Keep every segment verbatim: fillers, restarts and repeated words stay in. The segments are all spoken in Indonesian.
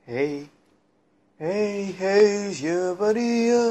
Hey, hey, hey, siapa dia?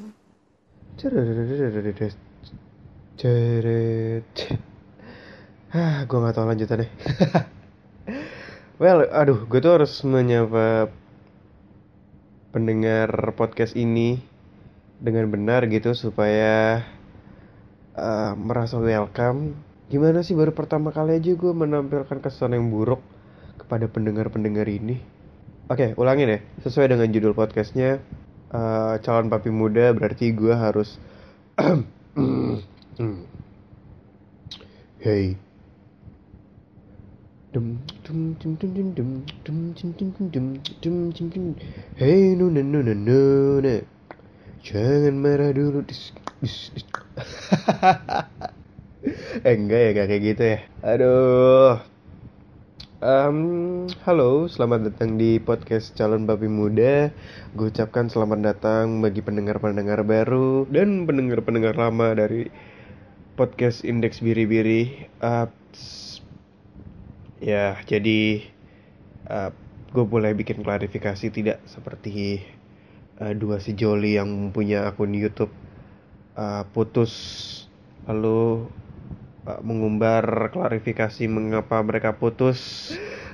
Ceret. Ceret. Ah, gue gak tau lanjutannya. Well, aduh, gue tuh harus menyapa pendengar podcast ini dengan benar gitu supaya uh, merasa welcome. Gimana sih baru pertama kali aja gue menampilkan kesan yang buruk kepada pendengar-pendengar ini. Oke, ulangin ya. Sesuai dengan judul podcastnya, uh, calon papi muda berarti gue harus Hey. Dum dum dum dum dum dum dum dum dum dum dum dum dum dum. Hey nuna nuna nuna. Jangan marah dulu. Dis, dis, dis. eh enggak ya, enggak kayak gitu ya. Aduh. Um, halo, selamat datang di podcast Calon Papi Muda. Gue ucapkan selamat datang bagi pendengar-pendengar baru dan pendengar-pendengar lama dari podcast Indeks Biri-Biri. Uh, Ya, jadi uh, gue boleh bikin klarifikasi tidak seperti uh, dua sejoli yang punya akun YouTube uh, putus lalu uh, mengumbar klarifikasi mengapa mereka putus.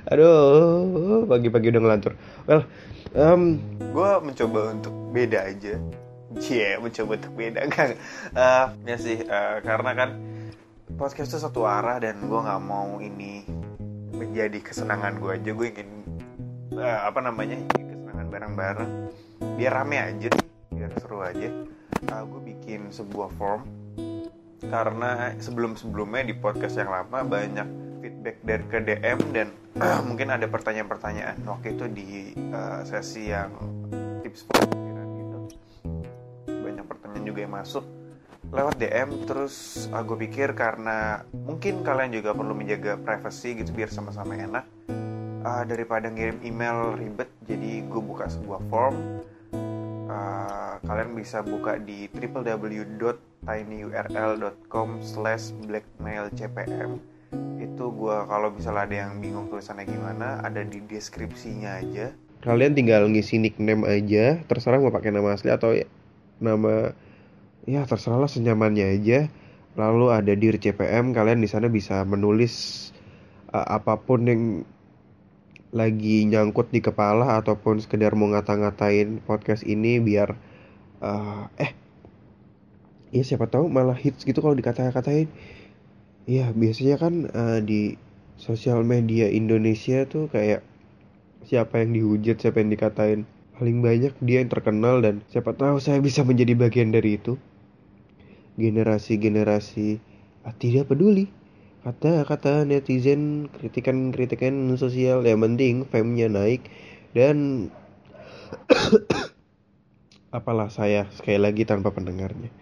Aduh, pagi-pagi udah ngelantur. Well, um, Gue mencoba untuk beda aja. Cie, yeah, mencoba untuk beda kan? Uh, ya sih, uh, karena kan podcast itu satu arah dan gue nggak mau ini menjadi kesenangan gue aja. Gue ingin uh, apa namanya, ingin kesenangan bareng-bareng. Biar rame aja nih, biar seru aja. Uh, gue bikin sebuah form karena sebelum-sebelumnya di podcast yang lama banyak feedback dari ke D M dan uh, mungkin ada pertanyaan-pertanyaan waktu itu di uh, sesi yang tips pemikiran gitu. Banyak pertanyaan juga yang masuk lewat D M. Terus uh, gue pikir karena mungkin kalian juga perlu menjaga privacy gitu biar sama-sama enak, uh, daripada ngirim email ribet, jadi gue buka sebuah form. Uh, kalian bisa buka di w w w dot tinyurl dot com slash blackmailcpm. Itu gue, kalau misalnya ada yang bingung tulisannya gimana, ada di deskripsinya aja. kalian tinggal ngisi nickname aja, terserah mau pakai nama asli atau ya, nama ya terserah lah, senyamannya aja. Lalu ada Dear C P M, kalian di sana bisa menulis uh, apapun yang lagi nyangkut di kepala ataupun sekedar mau ngata-ngatain podcast ini biar uh, eh ya siapa tahu malah hits gitu kalau dikata-katain. Ya biasanya kan uh, di sosial media Indonesia tuh kayak siapa yang dihujat, siapa yang dikatain paling banyak dia yang terkenal, dan siapa tahu saya bisa menjadi bagian dari itu. Generasi-generasi ah, tidak peduli kata-kata netizen, kritikan-kritikan sosial, yang penting fame-nya naik. Dan apalah saya sekali lagi tanpa pendengarnya.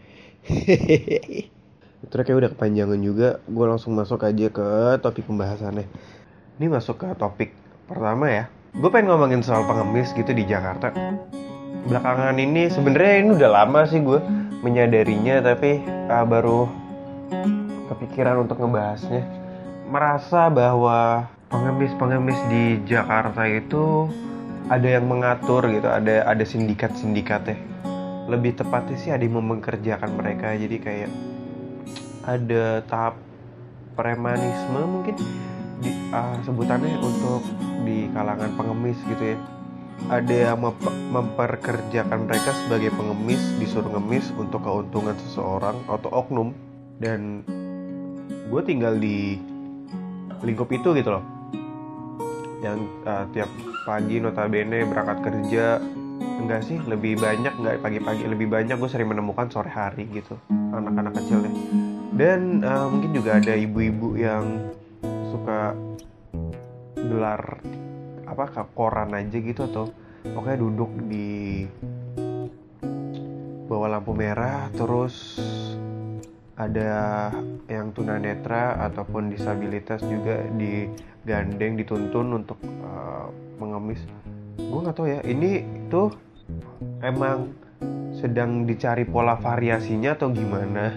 Itu kayak udah kepanjangan juga. Gue langsung masuk aja ke topik pembahasannya. Ini masuk ke topik pertama ya. Gue pengen ngomongin soal pengemis gitu di Jakarta. Belakangan ini sebenarnya ini udah lama sih gue menyadarinya, tapi uh, baru kepikiran untuk ngebahasnya. Merasa bahwa pengemis-pengemis di Jakarta itu ada yang mengatur gitu, ada ada sindikat-sindikatnya. Lebih tepatnya sih ada yang mempekerjakan mereka. Jadi kayak ada tahap premanisme mungkin di, uh, sebutannya untuk di kalangan pengemis gitu ya. Ada yang mem- memperkerjakan mereka sebagai pengemis, disuruh ngemis untuk keuntungan seseorang atau oknum. Dan gue tinggal di lingkup itu gitu loh, yang uh, tiap pagi notabene berangkat kerja. Enggak sih, lebih banyak enggak pagi-pagi, lebih banyak gue sering menemukan sore hari gitu, anak-anak kecil deh. Dan uh, mungkin juga ada ibu-ibu yang suka gelar apa ke koran aja gitu, atau pokoknya duduk di bawah lampu merah. Terus ada yang tunanetra ataupun disabilitas juga digandeng, dituntun untuk uh, mengemis. Gue nggak tahu ya, ini tuh emang sedang dicari pola variasinya atau gimana.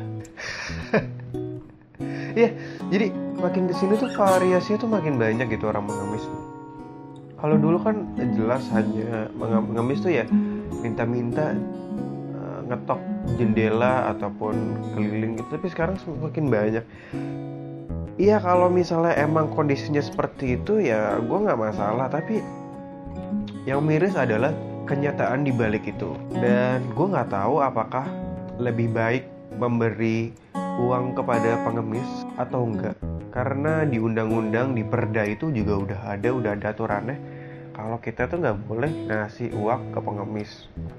Ya, jadi makin kesini tuh variasinya tuh makin banyak gitu orang mengemis. Kalau dulu kan jelas hanya mengemis tuh ya minta-minta uh, ngetok jendela ataupun keliling gitu, tapi sekarang semakin banyak. Iya, kalau misalnya emang kondisinya seperti itu ya gue nggak masalah, tapi yang miris adalah kenyataan di balik itu. Dan gue nggak tahu apakah lebih baik memberi uang kepada pengemis atau enggak, karena di undang-undang, di perda itu juga udah ada udah ada aturannya kalau kita tuh nggak boleh ngasih uang ke pengemis.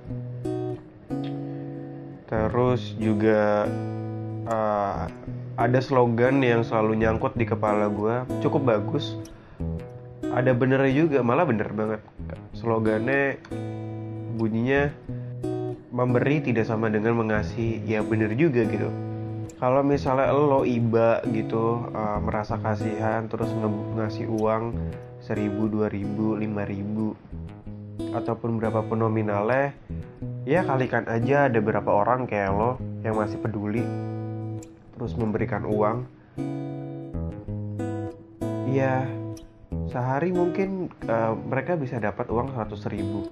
Terus juga uh, ada slogan yang selalu nyangkut di kepala gue, cukup bagus. Ada benernya juga, malah bener banget. Slogannya bunyinya, memberi tidak sama dengan mengasihi. Ya bener juga gitu. Kalau misalnya lo iba gitu, uh, merasa kasihan, terus nge- ngasih uang seribu, dua ribu, lima ribu, ataupun berapapun nominalnya, ya kalikan aja ada berapa orang kayak lo yang masih peduli terus memberikan uang. Ya sehari mungkin uh, mereka bisa dapat uang seratus ribu.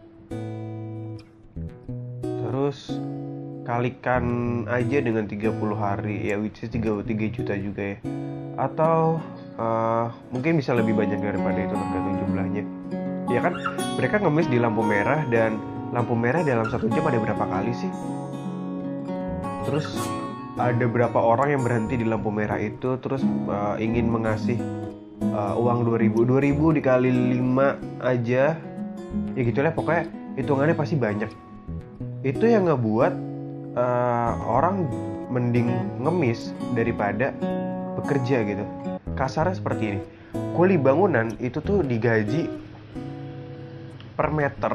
Terus kalikan aja dengan tiga puluh hari, ya which is tiga puluh tiga juta juga ya. Atau uh, mungkin bisa lebih banyak daripada itu, tergantung jumlahnya. Ya kan mereka ngemis di lampu merah, dan lampu merah dalam satu jam ada berapa kali sih? Terus ada berapa orang yang berhenti di lampu merah itu terus uh, ingin mengasih uh, uang dua ribu. dua ribu dikali lima aja, ya gitulah, pokoknya hitungannya pasti banyak. Itu yang ngebuat uh, orang mending ngemis daripada bekerja gitu. Kasarnya seperti ini, kuli bangunan itu tuh digaji per meter.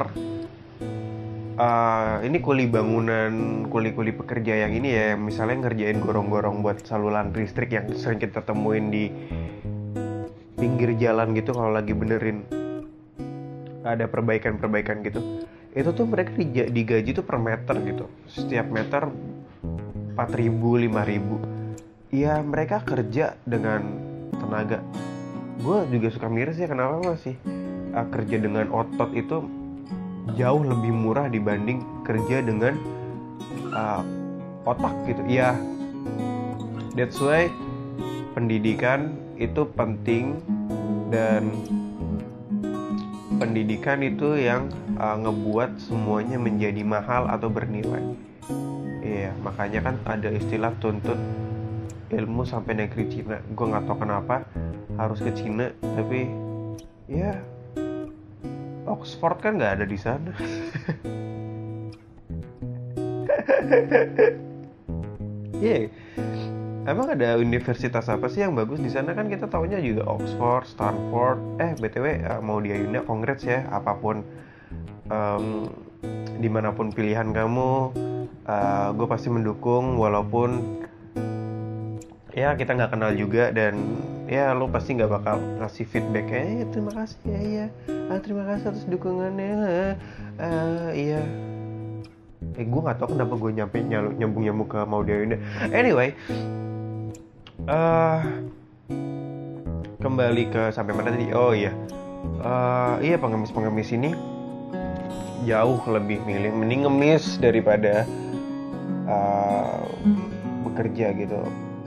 Uh, ini kuli bangunan, kuli-kuli pekerja yang ini ya, misalnya ngerjain gorong-gorong buat saluran listrik yang sering kita temuin di pinggir jalan gitu, kalau lagi benerin ada perbaikan-perbaikan gitu. Itu tuh mereka digaji tuh per meter gitu. Setiap meter empat ribu, lima ribu. Ya mereka kerja dengan tenaga. Gue juga suka miris ya, kenapa masih uh, kerja dengan otot itu jauh lebih murah dibanding kerja dengan uh, otak gitu. Ya, that's why pendidikan itu penting, dan pendidikan itu yang uh, ngebuat semuanya menjadi mahal atau bernilai. Iya, makanya kan ada istilah tuntut ilmu sampai negeri Cina. Gue nggak tahu kenapa harus ke Cina, tapi ya Oxford kan nggak ada di sana. Iya, yeah. Emang ada universitas apa sih yang bagus di sana? Kan kita taunya juga Oxford, Stanford. Eh, btw uh, mau di Ayunda, congrats ya. Apapun, um, dimanapun pilihan kamu, uh, gue pasti mendukung. Walaupun ya kita nggak kenal juga, dan ya lo pasti nggak bakal ngasih feedback kayak eh, terima kasih ya, iya, ah, terima kasih atas dukungannya, uh, iya. Eh gue nggak tahu kenapa gue nyampe nyambung nyambung ke mau dia ini. Anyway, uh, kembali ke sampai mana tadi? Oh iya, uh, iya pengemis-pengemis ini jauh lebih milih mending ngemis daripada uh, bekerja gitu.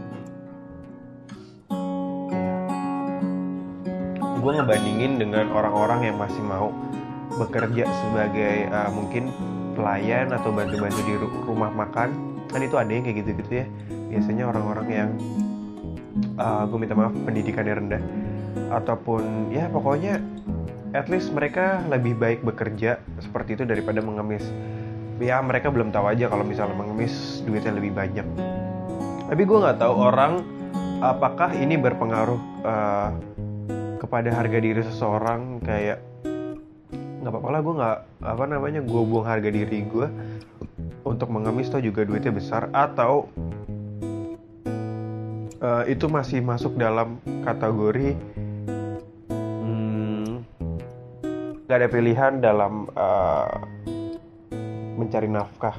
Gue ngebandingin dengan orang-orang yang masih mau bekerja sebagai uh, mungkin pelayan atau bantu-bantu di rumah makan. Kan itu ada yang kayak gitu-gitu ya. Biasanya orang-orang yang uh, gue minta maaf pendidikannya rendah, ataupun ya pokoknya at least mereka lebih baik bekerja seperti itu daripada mengemis. Ya mereka belum tahu aja kalau misalnya mengemis duitnya lebih banyak. Tapi gue nggak tahu orang apakah ini berpengaruh uh, kepada harga diri seseorang. Kayak nggak apa-apa lah gue nggak apa namanya gue buang harga diri gue untuk mengemis, toh juga duitnya besar. Atau uh, itu masih masuk dalam kategori hmm, gak ada pilihan dalam uh, mencari nafkah.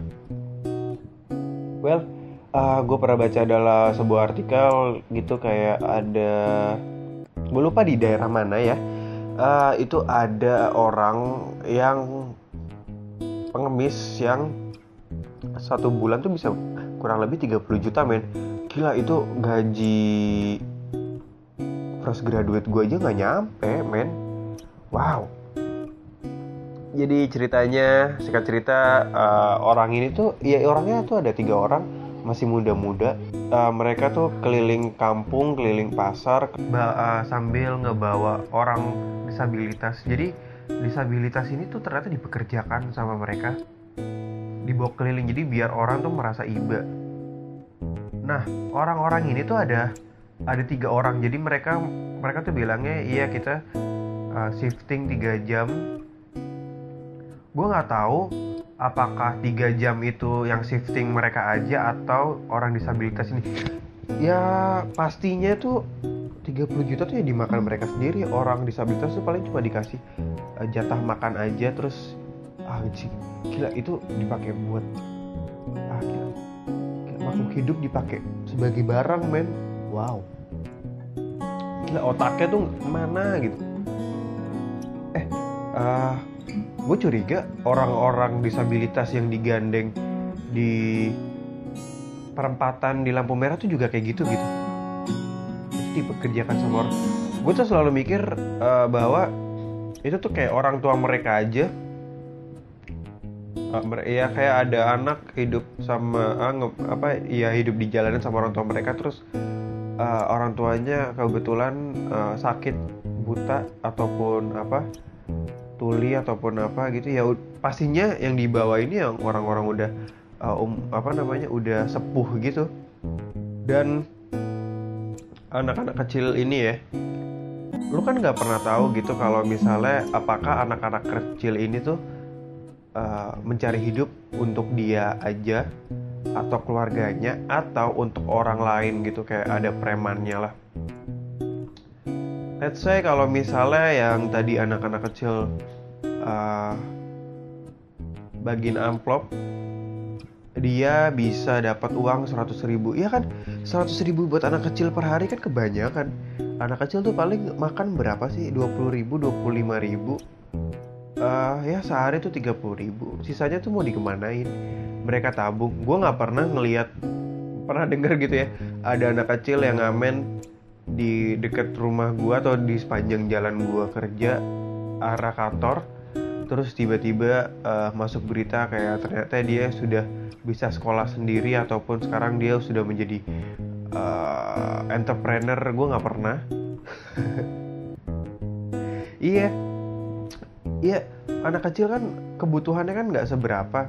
Well, uh, gue pernah baca adalah sebuah artikel gitu, kayak ada, gue lupa di daerah mana ya, uh, itu ada orang yang pengemis yang satu bulan tuh bisa kurang lebih tiga puluh juta men. Gila, itu gaji fresh graduate gue aja gak nyampe men. Wow. Jadi ceritanya, singkat cerita, uh, orang ini tuh, ya orangnya tuh ada tiga orang, masih muda-muda. Uh, mereka tuh keliling kampung, keliling pasar, ba- uh, sambil ngebawa orang disabilitas. Jadi disabilitas ini tuh ternyata dipekerjakan sama mereka, dibawa keliling. Jadi biar orang tuh merasa iba. Nah, orang-orang ini tuh ada ada tiga orang. Jadi mereka mereka tuh bilangnya, iya kita uh, shifting tiga jam. Gue nggak tahu apakah tiga jam itu yang shifting mereka aja atau orang disabilitas ini. Ya pastinya tuh tiga puluh juta tuh ya dimakan mereka sendiri. Orang disabilitas tuh paling cuma dikasih uh, jatah makan aja. Terus ah gila, itu dipakai buat ah gila, gila, makhluk hidup dipakai sebagai barang men. Wow, gila, otaknya tuh mana gitu. Eh uh, gue curiga orang-orang disabilitas yang digandeng di perempatan di lampu merah tuh juga kayak gitu gitu. Itu dipekerjakan sama orang. Gue tuh selalu mikir uh, bahwa itu tuh kayak orang tua mereka aja. Uh, ya kayak ada anak hidup sama uh, nge, apa ya hidup di jalanan sama orang tua mereka, terus uh, orang tuanya kebetulan uh, sakit, buta ataupun apa tuli ataupun apa gitu ya, pastinya yang dibawa ini yang orang-orang udah uh, um, apa namanya udah sepuh gitu. Dan anak-anak kecil ini ya, lu kan nggak pernah tahu gitu kalau misalnya apakah anak-anak kecil ini tuh uh, mencari hidup untuk dia aja atau keluarganya atau untuk orang lain gitu, kayak ada premannya lah. Let's say kalau misalnya yang tadi anak-anak kecil uh, bagiin amplop, dia bisa dapat uang seratus ribu. Iya kan, seratus ribu buat anak kecil per hari kan kebanyakan. Anak kecil tuh paling makan berapa sih? dua puluh ribu, dua puluh lima ribu. Uh, ya sehari tuh tiga puluh ribu. Sisanya tuh mau dikemanain? Mereka tabung. Gue gak pernah ngelihat, pernah denger gitu ya, ada anak kecil yang ngamen di dekat rumah gua atau di sepanjang jalan gua kerja arah kantor, terus tiba-tiba uh, masuk berita kayak ternyata dia sudah bisa sekolah sendiri ataupun sekarang dia sudah menjadi uh, entrepreneur. Gua nggak pernah. Iya, iya, anak kecil kan kebutuhannya kan nggak seberapa,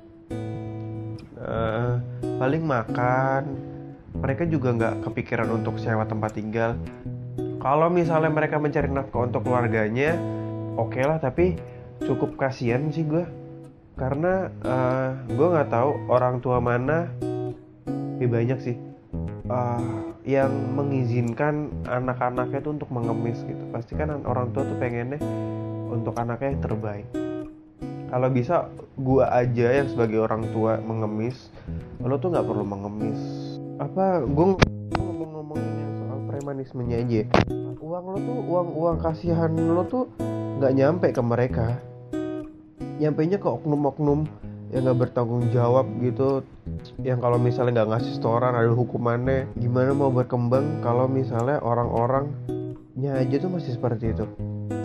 uh, paling makan. Mereka juga nggak kepikiran untuk sewa tempat tinggal. Kalau misalnya mereka mencari nafkah untuk keluarganya, oke okay lah, tapi cukup kasihan sih gue. Karena uh, gue nggak tahu orang tua mana, lebih banyak sih uh, yang mengizinkan anak-anaknya tuh untuk mengemis gitu. Pasti kan orang tua tuh pengennya untuk anaknya yang terbaik. Kalau bisa gue aja yang sebagai orang tua mengemis, lo tuh nggak perlu mengemis. Apa gue ngomong-ngomongin yang soal premanismenya aja, uang lo tuh uang-uang kasihan lo tuh nggak nyampe ke mereka, nyampenya ke oknum-oknum yang nggak bertanggung jawab gitu, yang kalau misalnya nggak ngasih setoran ada hukumannya. Gimana mau berkembang kalau misalnya orang-orangnya aja tuh masih seperti itu.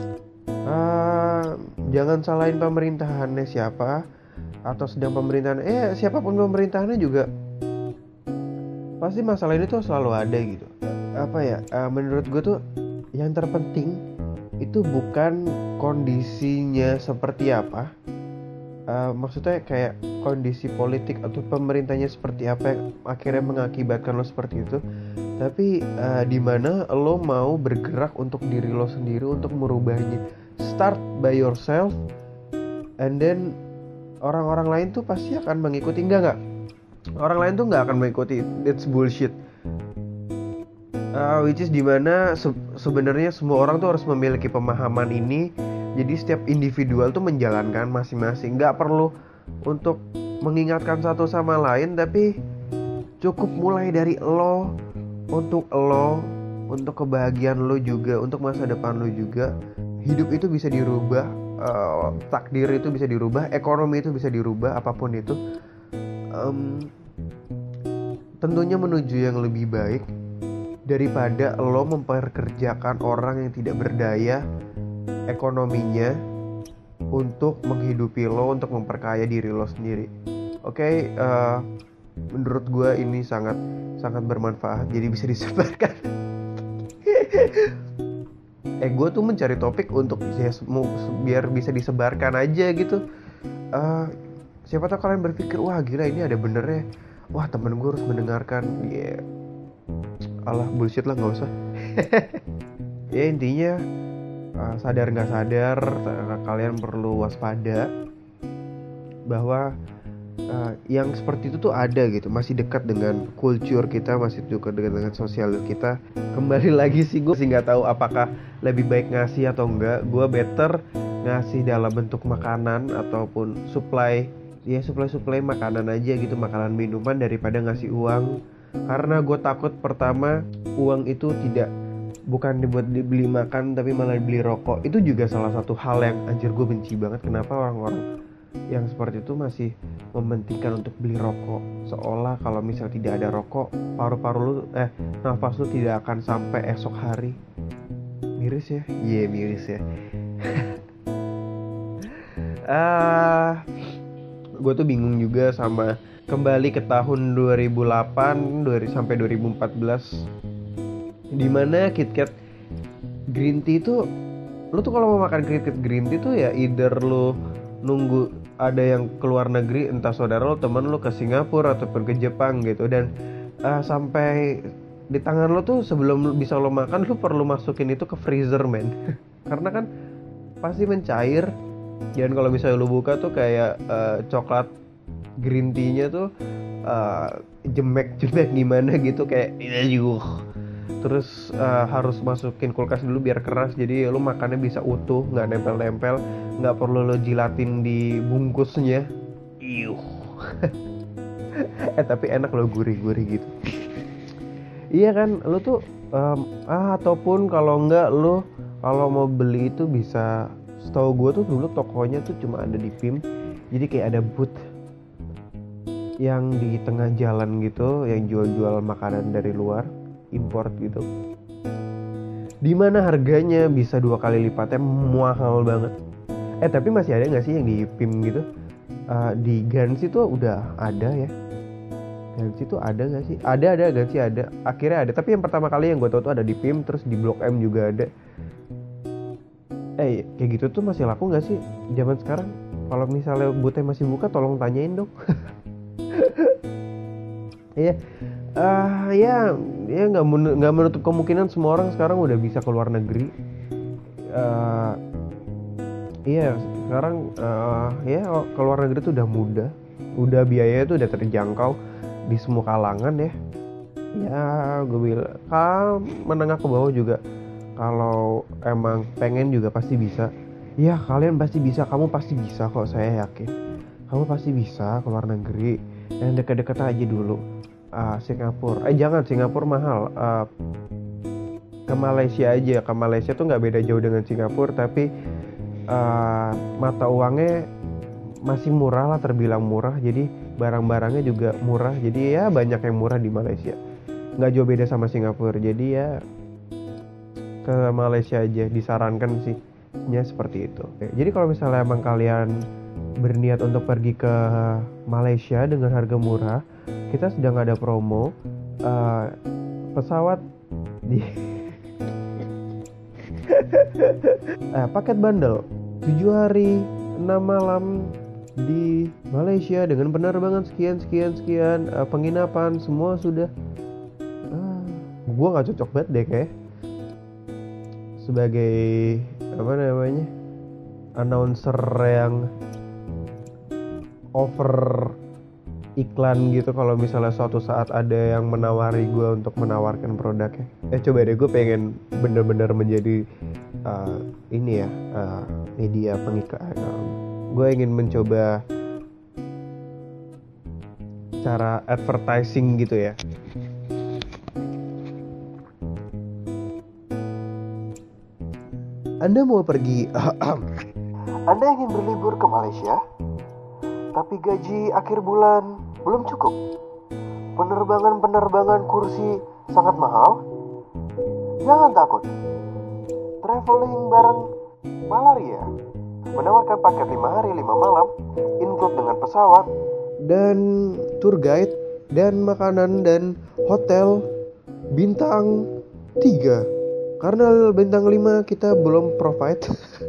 Uh, jangan salahin pemerintahannya siapa atau sedang pemerintahan eh siapapun pemerintahannya juga pasti masalah ini tuh selalu ada gitu. Apa ya, uh, menurut gue tuh yang terpenting itu bukan kondisinya seperti apa, uh, maksudnya kayak kondisi politik atau pemerintahnya seperti apa yang akhirnya mengakibatkan lo seperti itu, tapi uh, di mana lo mau bergerak untuk diri lo sendiri untuk merubahnya. Start by yourself, and then orang-orang lain tuh pasti akan mengikuti. Enggak nggak orang lain tuh nggak akan mengikuti. That's bullshit. Uh, which is dimana se- sebenarnya semua orang tuh harus memiliki pemahaman ini. Jadi setiap individual tuh menjalankan masing-masing. Nggak perlu untuk mengingatkan satu sama lain, tapi cukup mulai dari lo, untuk lo, untuk kebahagiaan lo juga, untuk masa depan lo juga. hidup itu bisa dirubah, uh, takdir itu bisa dirubah, ekonomi itu bisa dirubah, apapun itu. Um, tentunya menuju yang lebih baik daripada lo memperkerjakan orang yang tidak berdaya ekonominya untuk menghidupi lo, untuk memperkaya diri lo sendiri. Oke, okay, uh, menurut gue ini sangat sangat bermanfaat, jadi bisa disebarkan. eh gue tuh mencari topik untuk ya, biar bisa disebarkan aja gitu. Uh, siapa tahu kalian berpikir, wah gila ini ada benernya, wah temen gue harus mendengarkan. Ya, yeah. Alah bullshit lah, nggak usah. Ya intinya uh, sadar nggak sadar kalian perlu waspada bahwa uh, yang seperti itu tuh ada gitu, masih dekat dengan culture kita, masih dekat dengan, dengan sosial kita. Kembali lagi sih, gue sih nggak tahu apakah lebih baik ngasih atau enggak. Gue better ngasih dalam bentuk makanan ataupun supply, ya supply-supply makanan aja gitu, makanan minuman, daripada ngasih uang. Karena gue takut pertama uang itu tidak bukan dibuat dibeli makan tapi malah dibeli rokok. Itu juga salah satu hal yang anjir gue benci banget. Kenapa orang-orang yang seperti itu masih mementingkan untuk beli rokok, seolah kalau misal tidak ada rokok paru-paru lu eh nafas lu tidak akan sampai esok hari. Miris ya? Iya yeah, miris ya. Ah, uh, gue tuh bingung juga sama kembali ke tahun dua ribu delapan sampai dua ribu empat belas, dimana KitKat green tea itu, lu tuh kalau mau makan KitKat green tea tuh ya either lu nunggu ada yang keluar negeri, entah saudara lu, temen lu ke Singapura ataupun ke Jepang gitu, dan uh, sampai di tangan lu tuh sebelum bisa lu makan lu perlu masukin itu ke freezer men. Karena kan pasti mencair, dan kalau misalnya lu buka tuh kayak uh, coklat green tea-nya tuh uh, jemek-jemek gimana gitu, kayak yuh. Terus uh, harus masukin kulkas dulu biar keras, jadi lu makannya bisa utuh, nggak nempel-nempel, nggak perlu lo jilatin di bungkusnya. Yuh. eh tapi enak lo, gurih-gurih gitu. Iya kan, lo tuh um, ah ataupun kalau nggak lo kalau mau beli itu bisa, setahu gue tuh dulu tokonya tuh cuma ada di P I M, jadi kayak ada booth yang di tengah jalan gitu, yang jual-jual makanan dari luar, import gitu, dimana harganya bisa dua kali lipatnya, mahal banget. Eh tapi masih ada nggak sih yang di P I M gitu? Uh, di Gans itu udah ada ya? Gans itu ada nggak sih? Ada ada Gans sih ada. Akhirnya ada. Tapi yang pertama kali yang gue tahu tuh ada di P I M, terus di Blok M juga ada. Eh kayak gitu tuh masih laku nggak sih zaman sekarang? Kalau misalnya boothnya masih buka, tolong tanyain dong. Iya. Ah uh, ya ya nggak men- nggak menutup kemungkinan semua orang sekarang udah bisa keluar negeri. Uh, iya sekarang uh, ya keluar negeri tuh udah mudah, udah biayanya tuh udah terjangkau di semua kalangan ya. Ya gue bilang kan menengah ke bawah juga kalau emang pengen juga pasti bisa. Ya kalian pasti bisa, kamu pasti bisa kok, saya yakin. Kamu pasti bisa keluar negeri, yang deket-deket aja dulu. Uh, Singapura, eh jangan, Singapura mahal. Uh, ke Malaysia aja, ke Malaysia tuh nggak beda jauh dengan Singapura, tapi uh, mata uangnya masih murah lah, terbilang murah. Jadi barang-barangnya juga murah. Jadi ya banyak yang murah di Malaysia. Nggak jauh beda sama Singapura. Jadi ya ke Malaysia aja disarankan sih. Ya seperti itu. Jadi kalau misalnya emang kalian berniat untuk pergi ke Malaysia dengan harga murah, kita sedang ada promo uh, pesawat di eh, paket bundle tujuh hari enam malam di Malaysia dengan penerbangan sekian sekian sekian, uh, penginapan semua sudah. Uh, gua nggak cocok banget deh kayak sebagai apa namanya announcer yang over iklan gitu. Kalau misalnya suatu saat ada yang menawari gue untuk menawarkan produknya, eh coba deh, gue pengen bener-bener menjadi uh, ini ya uh, media pengiklan. Uh, gue ingin mencoba cara advertising gitu ya. Anda mau pergi Anda ingin berlibur ke Malaysia, tapi gaji akhir bulan belum cukup. Penerbangan-penerbangan kursi sangat mahal. Jangan takut. Traveling bareng Malaria menawarkan paket lima hari lima malam, include dengan pesawat dan tour guide dan makanan dan hotel bintang tiga. Karena bintang lima kita belum provide.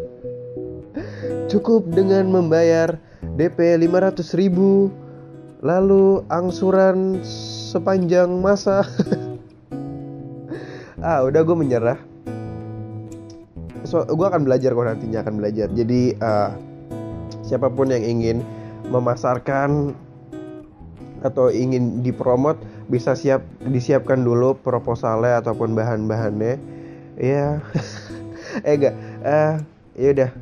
Cukup dengan membayar D P lima ratus ribu, lalu angsuran sepanjang masa. Ah, udah gue menyerah. So, gue akan belajar kok, nantinya akan belajar. Jadi uh, siapapun yang ingin memasarkan atau ingin dipromot, bisa siap disiapkan dulu proposalnya ataupun bahan-bahannya. Ya, eh enggak, uh, ya udah.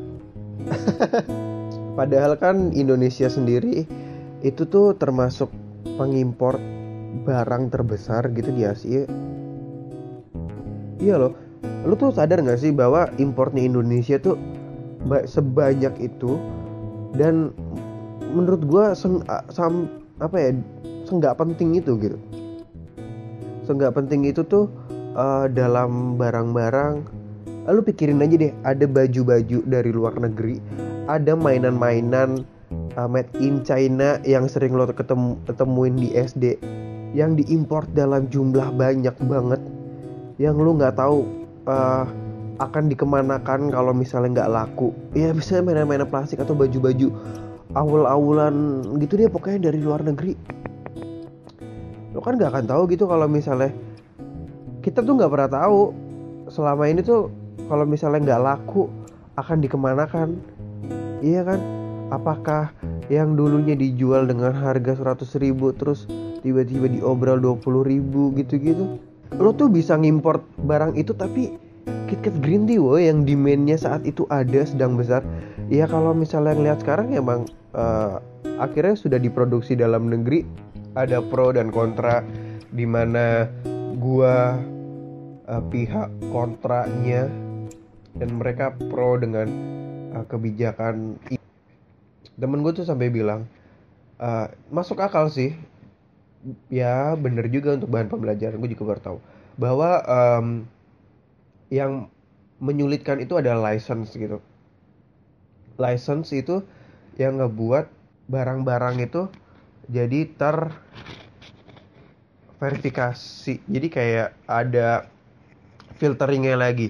Padahal kan Indonesia sendiri itu tuh termasuk pengimpor barang terbesar gitu di Asia. Iya loh, lu tuh sadar gak sih bahwa importnya Indonesia tuh sebanyak itu, dan menurut gua seng, sam, apa ya, senggak penting itu gitu. Senggak penting itu tuh uh, dalam barang-barang. Lu pikirin aja deh, ada baju-baju dari luar negeri, ada mainan-mainan uh, made in China yang sering lo ketemu ketemuin di S D, yang diimpor dalam jumlah banyak banget, yang lu nggak tahu uh, akan dikemanakan kalau misalnya nggak laku. Ya bisa mainan-mainan plastik atau baju-baju awul-awulan gitu deh, pokoknya dari luar negeri. Lo kan nggak akan tahu gitu kalau misalnya kita tuh nggak pernah tahu selama ini tuh kalau misalnya nggak laku akan dikemanakan. Iya kan? Apakah yang dulunya dijual dengan harga seratus ribu terus tiba-tiba diobral dua puluh ribu gitu-gitu. Lo tuh bisa ngimport barang itu, tapi KitKat Green Tea woy, yang demandnya saat itu ada sedang besar. Ya kalau misalnya ngeliat sekarang ya emang uh, akhirnya sudah diproduksi dalam negeri. Ada pro dan kontra, dimana gua uh, pihak kontranya dan mereka pro dengan uh, kebijakan. Temen gue tuh sampai bilang uh, masuk akal sih. Ya bener juga untuk bahan pembelajaran. Gue juga baru tahu bahwa um, yang menyulitkan itu adalah license gitu. License itu yang ngebuat barang-barang itu jadi terverifikasi. Jadi kayak ada filteringnya lagi.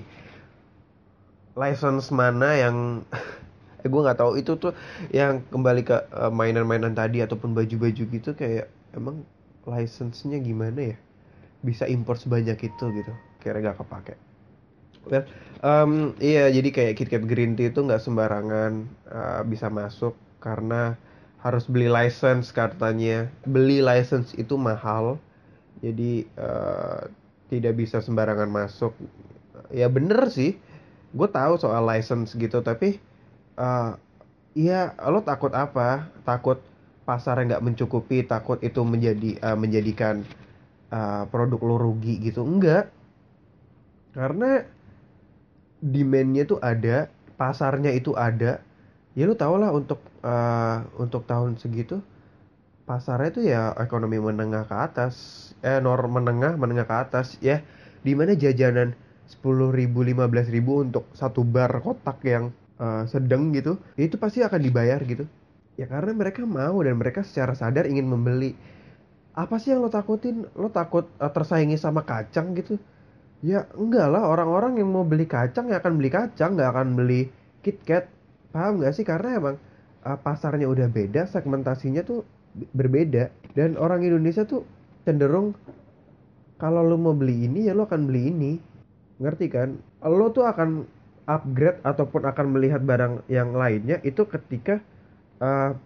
License mana yang eh gue nggak tahu itu tuh, yang kembali ke uh, mainan-mainan tadi ataupun baju-baju gitu, kayak emang license-nya gimana ya bisa impor sebanyak itu gitu, kira nggak kepake. Well, um, iya jadi kayak KitKat Green Tea itu nggak sembarangan uh, bisa masuk karena harus beli license katanya. Beli license itu mahal, jadi uh, tidak bisa sembarangan masuk. Ya bener sih, gue tahu soal license gitu, tapi uh, ya lo takut apa? Takut pasarnya nggak mencukupi, takut itu menjadi uh, menjadikan uh, produk lo rugi gitu? Enggak, karena demand-nya tuh ada, pasarnya itu ada. Ya lu tau lah untuk uh, untuk tahun segitu pasarnya tuh ya ekonomi menengah ke atas, eh norm menengah menengah ke atas ya, dimana jajanan sepuluh ribu lima belas ribu untuk satu bar kotak yang uh, sedang gitu, ya itu pasti akan dibayar gitu. Ya karena mereka mau dan mereka secara sadar ingin membeli. Apa sih yang lo takutin? Lo takut uh, tersaingi sama kacang gitu? Ya enggak lah, orang-orang yang mau beli kacang ya akan beli kacang, nggak akan beli KitKat. Paham nggak sih? Karena emang uh, pasarnya udah beda, segmentasinya tuh berbeda, dan orang Indonesia tuh cenderung kalau lo mau beli ini ya lo akan beli ini, ngerti kan? Lo tuh akan upgrade ataupun akan melihat barang yang lainnya itu ketika uh,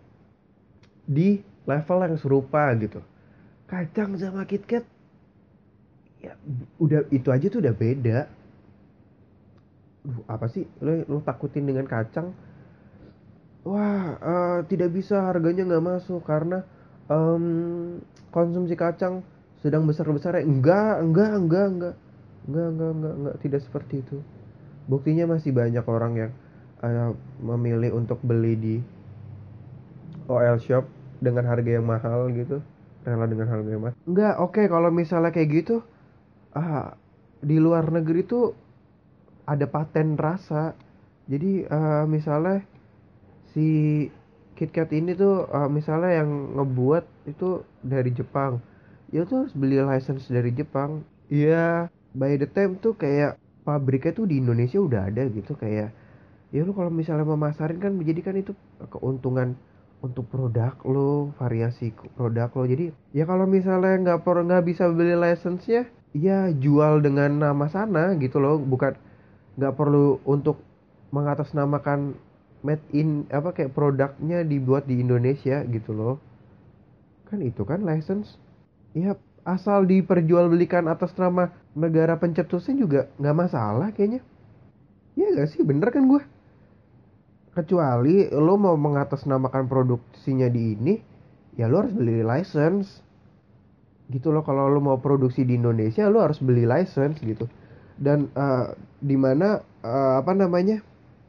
di level yang serupa gitu. Kacang sama KitKat ya udah itu aja tuh udah beda. Duh, apa sih lo, lo takutin dengan kacang? Wah, uh, tidak bisa, harganya nggak masuk karena um, konsumsi kacang sedang besar-besarnya. Enggak, enggak, enggak, enggak, enggak, enggak, enggak, enggak, tidak seperti itu. Buktinya masih banyak orang yang uh, memilih untuk beli di O L shop dengan harga yang mahal gitu, rela dengan harga yang mahal. Enggak, oke okay, kalau misalnya kayak gitu, ah di luar negeri tuh ada paten rasa. Jadi uh, misalnya si KitKat ini tuh uh, misalnya yang ngebuat itu dari Jepang, ya tuh harus beli license dari Jepang. Iya, by the time tuh kayak pabriknya tuh di Indonesia udah ada gitu, kayak ya lu kalau misalnya memasarin kan jadi kan itu keuntungan untuk produk lo, variasi produk lo. Jadi ya kalau misalnya nggak per nggak bisa beli license nya, ya jual dengan nama sana gitu loh, bukan nggak perlu untuk mengatasnamakan made in apa kayak produknya dibuat di Indonesia gitu loh. Kan itu kan license ya, asal diperjualbelikan atas nama negara pencetusnya juga nggak masalah kayaknya. Ya gak sih, bener kan gue? Kecuali lo mau mengatasnamakan produksinya di ini, ya lo harus beli license gitu loh. Kalau lo mau produksi di Indonesia, lo harus beli license gitu. Dan uh, dimana uh, apa namanya,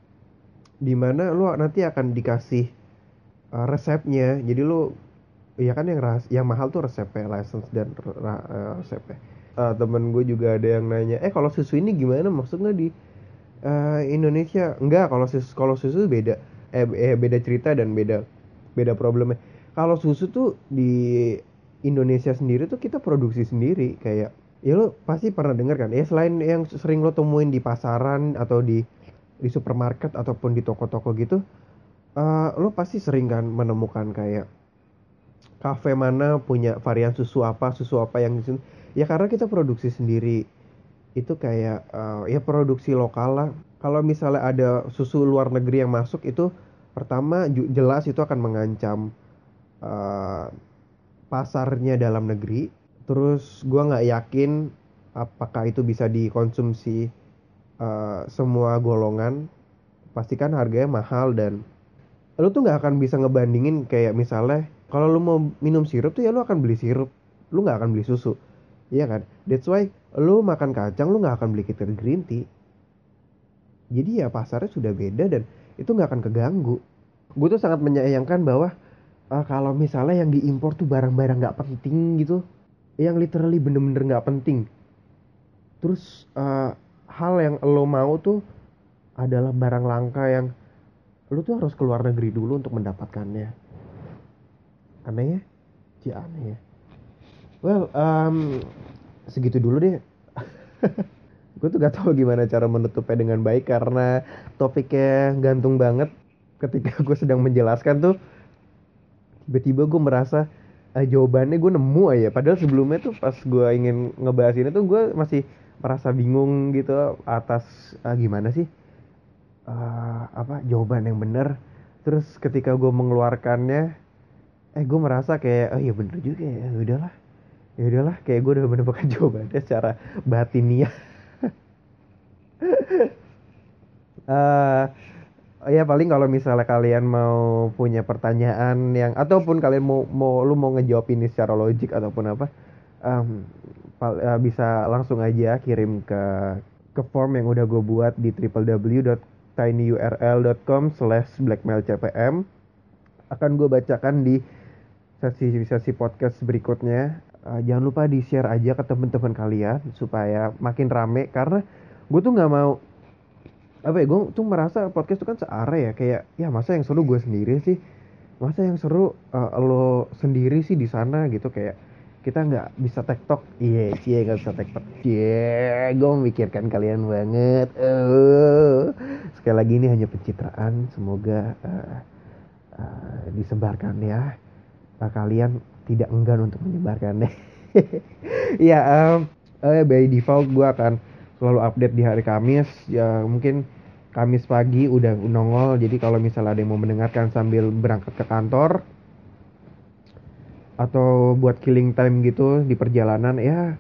dimana lo nanti akan dikasih uh, resepnya. Jadi lo ya kan yang ras yang mahal tuh resepnya, license dan uh, resepnya. Uh, temen gue juga ada yang nanya, eh kalau susu ini gimana, maksudnya di uh, Indonesia? Enggak, kalau susu kalau susu beda, eh, eh beda cerita dan beda beda problemnya. Kalau susu tuh di Indonesia sendiri tuh kita produksi sendiri. Kayak ya lo pasti pernah dengar kan ya, selain yang sering lo temuin di pasaran atau di di supermarket ataupun di toko-toko gitu, uh, lo pasti sering kan menemukan kayak kafe mana punya varian susu apa, susu apa yang di sini. Ya karena kita produksi sendiri. Itu kayak uh, ya produksi lokal lah. Kalau misalnya ada susu luar negeri yang masuk, itu pertama jelas itu akan mengancam uh, pasarnya dalam negeri. Terus gue nggak yakin apakah itu bisa dikonsumsi uh, semua golongan. Pastikan harganya mahal, dan lu tuh nggak akan bisa ngebandingin kayak misalnya kalau lu mau minum sirup tuh ya lu akan beli sirup, lu nggak akan beli susu. Iya kan? That's why lu makan kacang lu nggak akan beli KitKat green tea. Jadi ya pasarnya sudah beda dan itu nggak akan keganggu. Gue tuh sangat menyayangkan bahwa uh, kalau misalnya yang diimpor tuh barang-barang nggak penting gitu, yang literally bener-bener nggak penting. Terus uh, hal yang lo mau tuh adalah barang langka yang lu tuh harus keluar negeri dulu untuk mendapatkannya. Aneh ya? Cia aneh ya. Well, um, segitu dulu deh. Gue tuh gak tahu gimana cara menutupnya dengan baik karena topiknya gantung banget. Ketika gue sedang menjelaskan tuh, tiba-tiba gue merasa uh, jawabannya gue nemu aja. Padahal sebelumnya tuh pas gue ingin ngebahas ini tuh gue masih merasa bingung gitu atas uh, gimana sih uh, apa jawaban yang benar. Terus ketika gue mengeluarkannya, eh gue merasa kayak oh iya bener juga ya, udahlah. Ya udahlah, kayak gue udah menemukan jawabannya secara batiniah. uh, ya paling kalau misalnya kalian mau punya pertanyaan yang ataupun kalian mau mau lu mau ngejawab ini secara logik ataupun apa, um, pal- uh, bisa langsung aja kirim ke ke form yang udah gue buat di w w w dot tinyurl dot com slash blackmailcpm. Akan gue bacakan di sesi-sesi podcast berikutnya. Uh, jangan lupa di share aja ke teman-teman kalian supaya makin rame, karena gue tuh nggak mau apa ya, gue tuh merasa podcast tuh kan searah ya, kayak ya masa yang seru gue sendiri sih, masa yang seru uh, lo sendiri sih di sana gitu, kayak kita nggak bisa tektok. Iya cie nggak bisa tektok cie, gue memikirkan kalian banget. Uh, sekali lagi ini hanya pencitraan, semoga uh, uh, disebarkan ya. Uh, kalian tidak enggan untuk menyebarkannya. Ya, um, uh, by default gue akan selalu update di hari Kamis. Ya mungkin Kamis pagi udah nongol. Jadi kalau misalnya ada yang mau mendengarkan sambil berangkat ke kantor atau buat killing time gitu di perjalanan, ya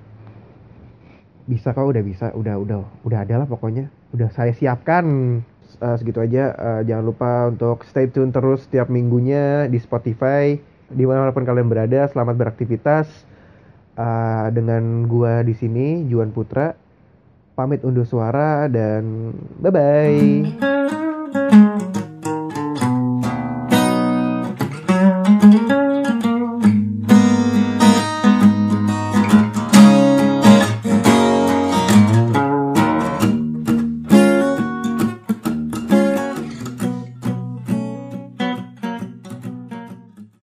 bisa kok, udah bisa, udah udah udah ada lah pokoknya. Udah saya siapkan. Uh, segitu aja. Uh, jangan lupa untuk stay tune terus setiap minggunya di Spotify. Dimanapun kalian berada, selamat beraktivitas uh, dengan gua di sini, Juan Putra. pamit undur suara dan bye-bye.